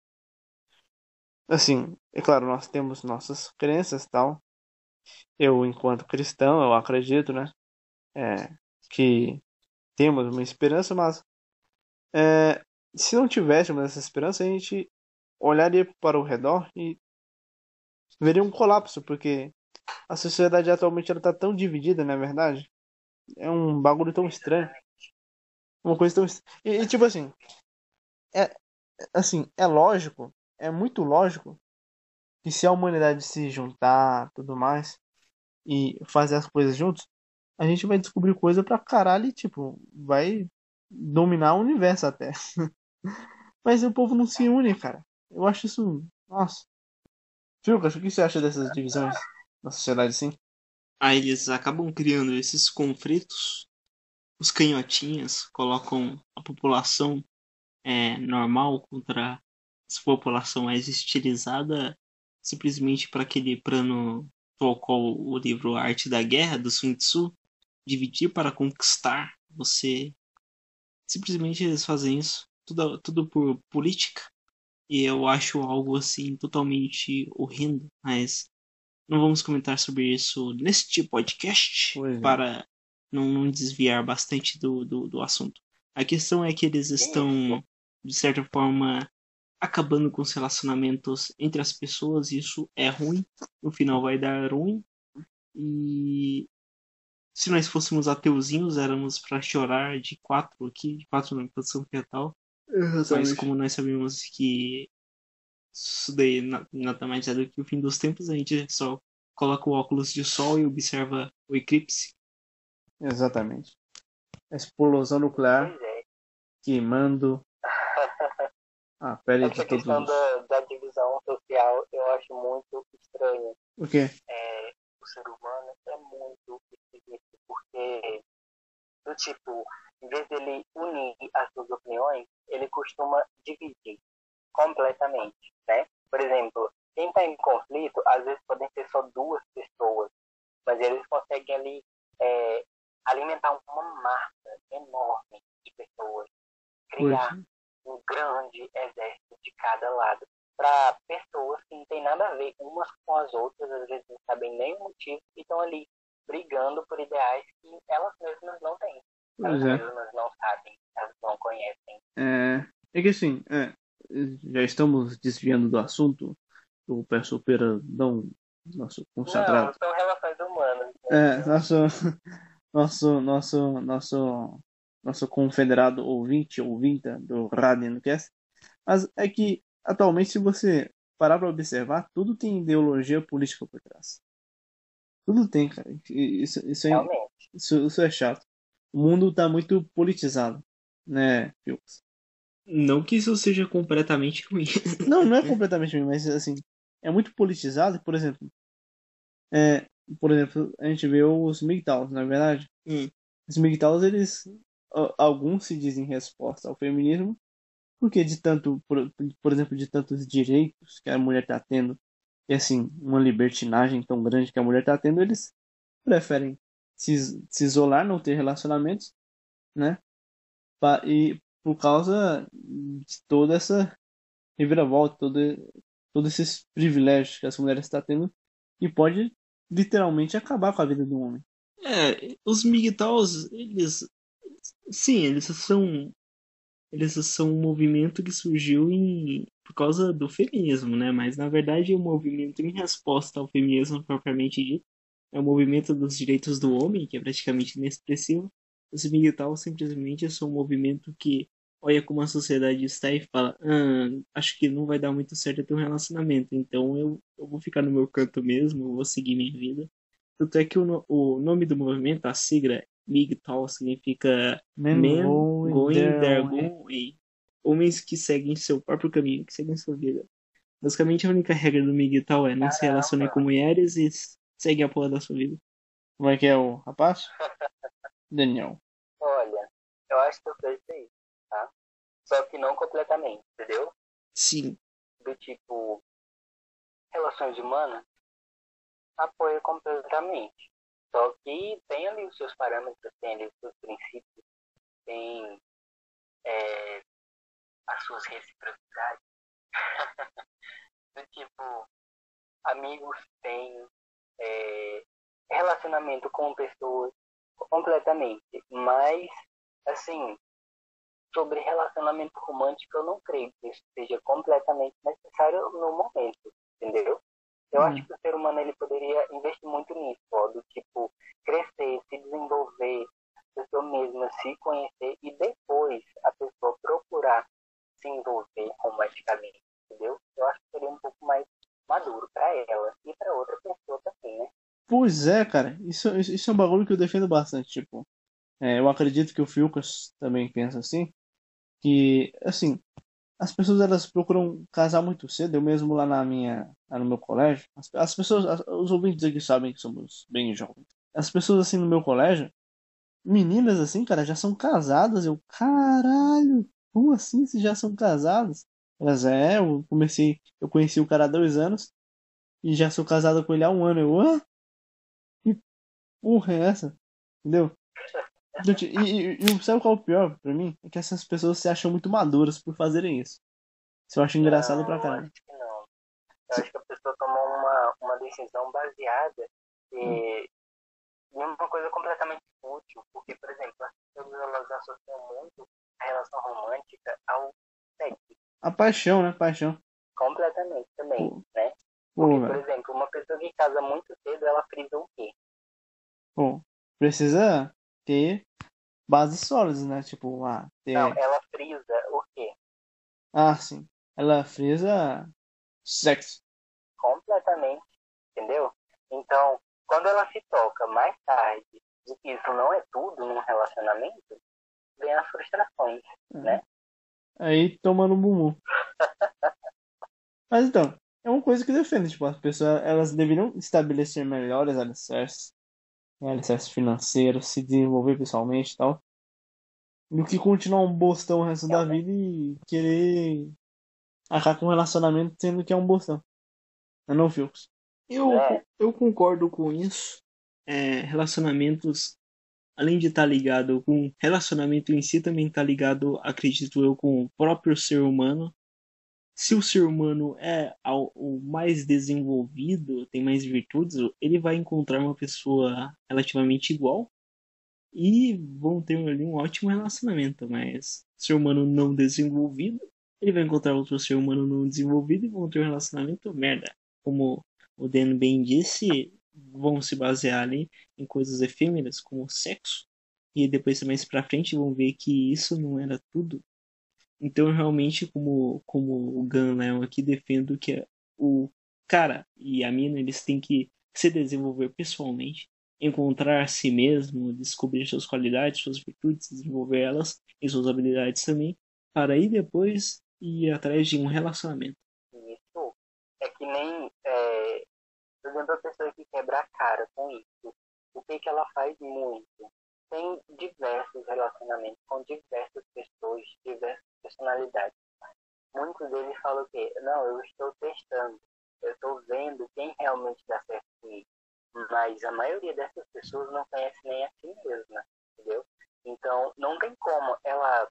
Assim, é claro, nós temos nossas crenças e tal. Eu, enquanto cristão, eu acredito, né? É, que temos uma esperança, mas é, se não tivéssemos essa esperança, a gente olharia para o redor e veria um colapso, porque a sociedade atualmente ela tá tão dividida, não é verdade? É um bagulho tão estranho. Uma coisa tão. est- E, e, tipo assim, é assim, é lógico, é muito lógico que se a humanidade se juntar, tudo mais, e fazer as coisas juntos, a gente vai descobrir coisa pra caralho e, tipo, vai dominar o universo até. Mas o povo não se une, cara. Eu acho isso. Nossa. Lucas, o que você acha dessas divisões na sociedade assim? Aí eles acabam criando esses conflitos. Os canhotinhas colocam a população é, normal contra a população mais estilizada, simplesmente para aquele plano do qual o livro Arte da Guerra, do Sun Tzu, dividir para conquistar. Você simplesmente eles fazem isso, tudo, tudo por política. E eu acho algo assim totalmente horrendo, mas não vamos comentar sobre isso neste podcast Pois é. para não, não desviar bastante do, do, do assunto. A questão é que eles estão, de certa forma, acabando com os relacionamentos entre as pessoas. E isso é ruim. No final vai dar ruim. E se nós fôssemos ateuzinhos, éramos para chorar de quatro aqui, de quatro na posição fetal. Mas como nós sabemos que isso daí na- nada mais é do que o fim dos tempos, a gente só coloca o óculos de sol e observa o eclipse. Exatamente. A explosão nuclear Pois é. queimando a pele de Essa todos questão os. da, da divisão social eu acho muito estranha. O quê? É, o ser humano é muito esquisito, porque, do tipo, em vez dele unir as suas opiniões, ele costuma dividir completamente, né? Por exemplo, quem está em conflito, às vezes podem ser só duas pessoas, mas eles conseguem ali é, alimentar uma massa enorme de pessoas, Pois. criar um grande exército de cada lado, para pessoas que não têm nada a ver umas com as outras, às vezes não sabem nem o motivo, e estão ali brigando por ideais que elas mesmas não têm. Pois Elas é. mesmas não sabem, elas não conhecem. É, é que assim, é, já estamos desviando do assunto. Eu peço perdão, nosso Não, consagrado. são relações humanas. É, Mesmo. nosso, nosso, nosso, nosso, nosso confederado ouvinte, ouvinta do Radioncast. Mas é que, atualmente, se você parar para observar, tudo tem ideologia política por trás. Tudo tem, cara. E Isso, isso, é, Realmente. isso, isso é chato. O mundo tá muito politizado, né, Philps? Não que isso seja completamente ruim. Não, não é completamente ruim, mas assim, é muito politizado. Por exemplo, é, por exemplo, a gente vê os M G T O Ws, na verdade. Hum. Os M G T O Ws, eles, a- alguns se dizem resposta ao feminismo, porque de tanto, por, por exemplo, de tantos direitos que a mulher está tendo, e assim, uma libertinagem tão grande que a mulher está tendo, eles preferem se, is- se isolar, não ter relacionamentos, né? Pa- E por causa de toda essa reviravolta, todo, todos esses privilégios que as mulheres estão tendo, e pode literalmente acabar com a vida do homem. É, os M G T O Ws, eles. Sim, eles são. Eles são um movimento que surgiu em, por causa do feminismo, né? Mas na verdade é um movimento em resposta ao feminismo propriamente dito. É o movimento dos direitos do homem, que é praticamente inexpressivo. Os M G T O Ws simplesmente são um movimento que olha como a sociedade está e fala: ah, acho que não vai dar muito certo ter um relacionamento, então eu, eu vou ficar no meu canto mesmo, eu vou seguir minha vida. Tanto é que o, no- o nome do movimento, a sigla M G T O W, significa Men Men going Going their Their way. Own Way. Homens que seguem seu próprio caminho, que seguem sua vida. Basicamente, a única regra do M G T O W é não se relacionem Caramba. com mulheres e segue a porra da sua vida. Como é que é o rapaz? Daniel. Olha, eu acho que eu sei isso aí, tá? Só que não completamente, entendeu? Sim. Do tipo relações humanas, apoio completamente. Só que tem ali os seus parâmetros, tem ali os seus princípios, tem é, as suas reciprocidades. Do tipo, amigos têm é, relacionamento com pessoas completamente. Mas, assim, sobre relacionamento romântico, eu não creio que isso seja completamente necessário no momento, entendeu? Eu acho Hum. que o ser humano ele poderia investir muito nisso, ó, do tipo, crescer, se desenvolver, a pessoa mesma se conhecer e depois a pessoa procurar se envolver romanticamente, entendeu? Eu acho que seria um pouco mais maduro para ela e para outra pessoa também, né? Pois é, cara. Isso, isso, isso é um bagulho que eu defendo bastante. Tipo, é, eu acredito que o Filcas também pensa assim. Que, assim, as pessoas elas procuram casar muito cedo. Eu mesmo lá na minha, lá no meu colégio, as, as pessoas, as- os ouvintes aqui sabem que somos bem jovens. As pessoas assim no meu colégio, meninas assim, cara, já são casadas. Eu, caralho, como assim se já são casadas? Elas, é, eu comecei, eu conheci o cara há dois anos e já sou casada com ele há um ano. Eu, hã? Que porra é essa? Entendeu? Então, ti- E, e, e sabe qual é o pior pra mim? É que essas pessoas se acham muito maduras por fazerem isso. Isso eu acho engraçado Não, pra eu acho caramba. que não. Eu Se- acho que a pessoa tomou uma, uma decisão baseada hum, eh, em uma coisa completamente fútil, porque, por exemplo, as pessoas elas associam muito a relação romântica ao sexo, A paixão, né? Paixão. completamente também, Pô, né? pô, Porque, por velho. exemplo, uma pessoa que casa muito cedo, ela frisa o quê? Pô, precisa ter bases sólidas, né? Tipo, ah, Não, ter. ela frisa o quê? Ah, sim. Ela frisa sexo. Completamente, entendeu? Então, quando ela se toca mais tarde de que isso não é tudo num relacionamento, vem as frustrações, né? Aí toma no bumbum. Mas então, é uma coisa que eu defendo. Tipo, as pessoas elas deveriam estabelecer melhores alicerces, né? Alicerces financeiros, se desenvolver pessoalmente e tal. Do que continuar um bostão o resto da Realmente, vida e querer acabar com um relacionamento sendo que é um bostão. Eu não, Filcos. Eu, é, eu concordo com isso. É, relacionamentos, além de estar ligado com relacionamento em si, também está ligado, acredito eu, com o próprio ser humano. Se o ser humano é ao- o mais desenvolvido, tem mais virtudes, ele vai encontrar uma pessoa relativamente igual e vão ter ali um ótimo relacionamento. Mas ser humano não desenvolvido, ele vai encontrar outro ser humano não desenvolvido e vão ter um relacionamento merda. Como o Dan bem disse, vão se basear ali em coisas efêmeras como sexo e depois mais pra frente vão ver que isso não era tudo. Então, realmente, como, como o Gun Leon aqui, defendo que o cara e a mina eles têm que se desenvolver pessoalmente, encontrar a si mesmo, descobrir suas qualidades, suas virtudes, desenvolver elas e suas habilidades também, para aí depois ir atrás de um relacionamento. isso é que nem, é, por exemplo, a pessoa que quebra a cara com isso. O que, que ela faz muito? Tem diversos relacionamentos com diversas pessoas, diversas personalidades. Muitos deles falam o quê? Não, eu estou testando, eu estou vendo quem realmente dá certo comigo. Mas a maioria dessas pessoas não conhece nem a si mesma, entendeu? Então, não tem como ela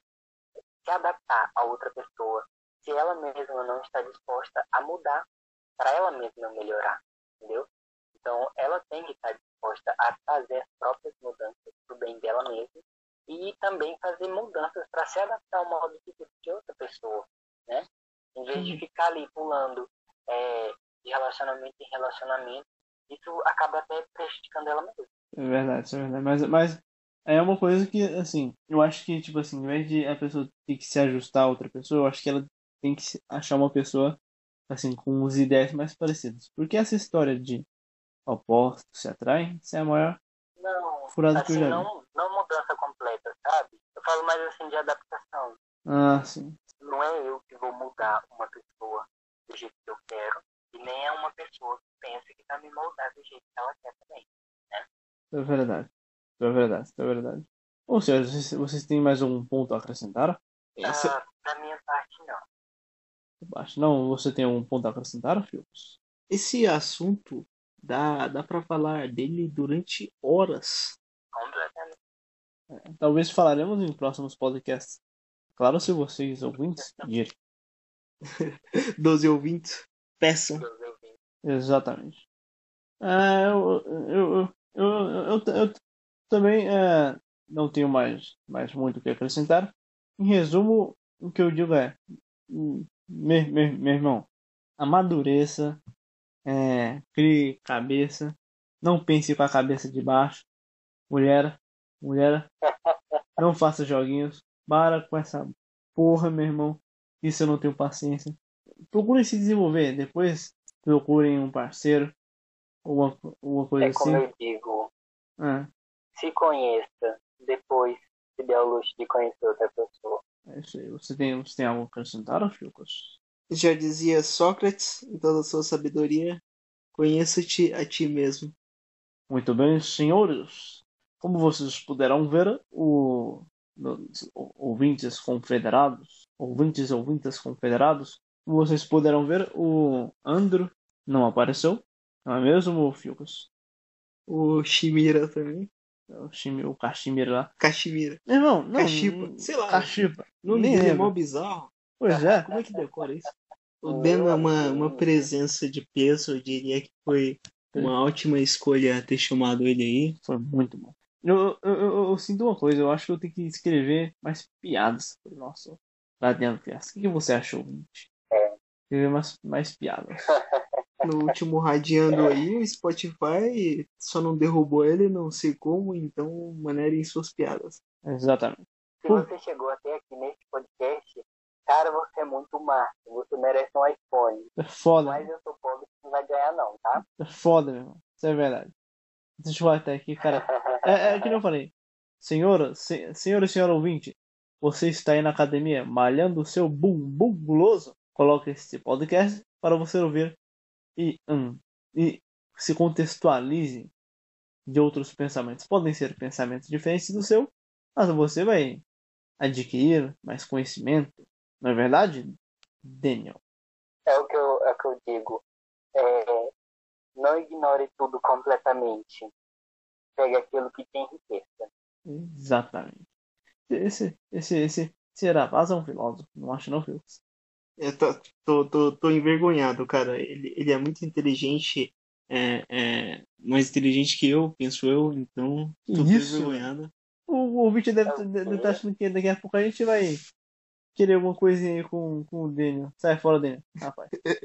se adaptar a outra pessoa se ela mesma não está disposta a mudar para ela mesma melhorar, entendeu? Então, ela tem que estar disposta a fazer as próprias mudanças para o bem dela mesma e também fazer mudanças para se adaptar ao modo de vida de outra pessoa, né? Em vez de ficar ali pulando é, de relacionamento em relacionamento, isso acaba até prejudicando ela mesma. É verdade, isso é verdade. Mas, mas é uma coisa que, assim, eu acho que, tipo assim, em vez de a pessoa ter que se ajustar a outra pessoa, eu acho que ela tem que se- achar uma pessoa, assim, com os ideias mais parecidas. Porque essa história de opostos se atraem, isso é a maior Não, furada que eu assim, já vi. não, não mudança completa, sabe? Eu falo mais assim de adaptação. Ah, sim. Não é eu que vou mudar uma pessoa do jeito que eu quero, e nem é uma pessoa que pensa que vai me moldar do jeito que ela quer também, né? Isso é verdade. Isso é verdade, isso é verdade. Ou seja, vocês, vocês têm mais um ponto a acrescentar? Esse, Ah, da minha parte, não. Acho não, você tem um ponto a acrescentar, Fios? Esse assunto dá, dá para falar dele durante horas. Completamente. Talvez falaremos em próximos podcasts. Claro, se vocês ouvintes pedirem. doze ouvintes, peçam. Meus ouvintes. Exatamente. É, eu, eu, eu, eu, eu, eu também é, não tenho mais, mais muito o que acrescentar. Em resumo, o que eu digo é, hum, meu, meu, meu irmão, amadureça, é, crie cabeça, não pense com a cabeça de baixo. Mulher, mulher, não faça joguinhos. Para com essa porra, meu irmão. Isso eu não tenho paciência. Procurem se desenvolver. Depois procurem um parceiro ou uma, uma coisa É como assim. eu digo, É, se conheça, depois se dê ao luxo de conhecer outra pessoa. é isso aí. Você tem, você tem algo a acrescentar, Filcos? Já dizia Sócrates, em toda a sua sabedoria, conheça-te a ti mesmo. Muito bem, senhores. Como vocês puderam ver, o, os ouvintes confederados, ouvintes e ouvintes confederados, como vocês puderam ver, o Andro não apareceu, não é mesmo, Filcos? O Shimira também. O, Shimi, o Kashmir lá. Kashmira. Meu irmão, não. Cachipa. Sei lá. Cachipa. O nome Nem dele é lembro. mó bizarro. Pois é. Como é que decora isso? O Meu Deno é uma, uma amigo. presença de peso. Eu diria que foi uma ótima escolha ter chamado ele aí. Foi muito bom. Eu, eu, eu, eu sinto uma coisa, eu acho que eu tenho que escrever mais piadas pro nosso lá dentro. O que, que você achou, gente? É. Escrever mais, mais piadas. No último Radiando aí, o Spotify só não derrubou ele, não sei como, então manerem suas piadas. Exatamente. Se Pô. você chegou até aqui nesse podcast, cara, você é muito massa. Você merece um iPhone. É foda. Mas eu sou pobre, você não vai ganhar não, tá? É foda, meu irmão. Isso é verdade. Deixa eu falar até aqui, cara. É, é que nem eu falei. Senhora, se, senhora e senhora ouvinte, você está aí na academia malhando o seu bumbum guloso? Coloque esse podcast para você ouvir e, hum, e se contextualize de outros pensamentos. Podem ser pensamentos diferentes do seu, mas você vai adquirir mais conhecimento. Não é verdade, Daniel? É o que eu, é o que eu digo. É, não ignore tudo completamente. Pegue aquilo que tem riqueza. Exatamente. Esse, esse, esse Serapaz é um filósofo, não acho não, Felix? Eu tô, tô, tô, tô envergonhado, cara. Ele, ele é muito inteligente, é, é mais inteligente que eu, penso eu, então Que tô isso, envergonhado. O, o ouvinte deve É o estar quê? achando que daqui a pouco a gente vai querer alguma coisinha aí com, com o Daniel. Sai fora, Daniel, rapaz.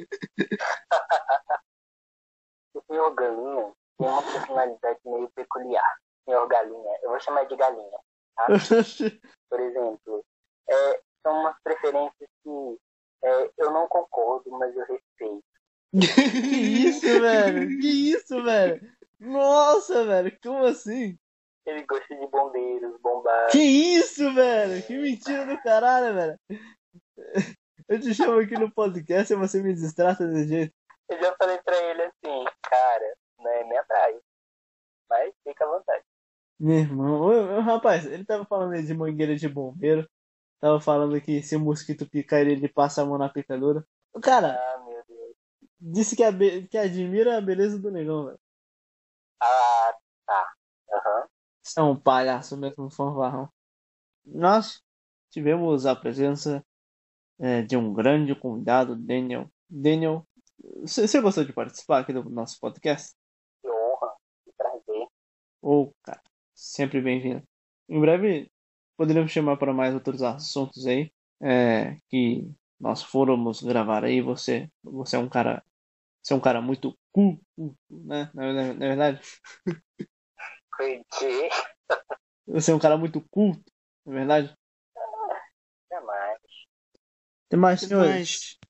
O senhor Galinha tem uma personalidade meio peculiar. Senhor Galinha, eu vou chamar de Galinha, tá? Por exemplo, é, são umas preferências que é, eu não concordo, mas eu respeito. Que isso, velho? Que isso, velho? Nossa, velho, como assim? Ele gosta de bombeiros, bombados. Que isso, velho? Que mentira do caralho, velho. Eu te chamo aqui no podcast e você me distrata desse jeito. Eu já falei pra ele assim, cara, não é minha praia, mas fica à vontade. Meu irmão, ô, ô, rapaz, ele tava falando aí de mangueira de bombeiro. Tava falando que se o mosquito picar ele, ele passa a mão na picadura. O cara Ah, meu Deus. disse que, a be- que admira a beleza do negão, velho. Ah, tá. Aham. Você é um palhaço mesmo, um fanfarrão. Nós tivemos a presença é, de um grande convidado, Daniel. Daniel, você você gostou de participar aqui do nosso podcast? Que honra, que prazer. Ô, cara, sempre bem-vindo. Em breve poderemos chamar para mais outros assuntos aí é, que nós fôramos gravar aí. Você, você é um cara, você é um cara muito cool, cool, né? Na, na, na verdade, Cuide. você é um cara muito culto, na verdade. Jamais. Tem mais, Até senhores. mais.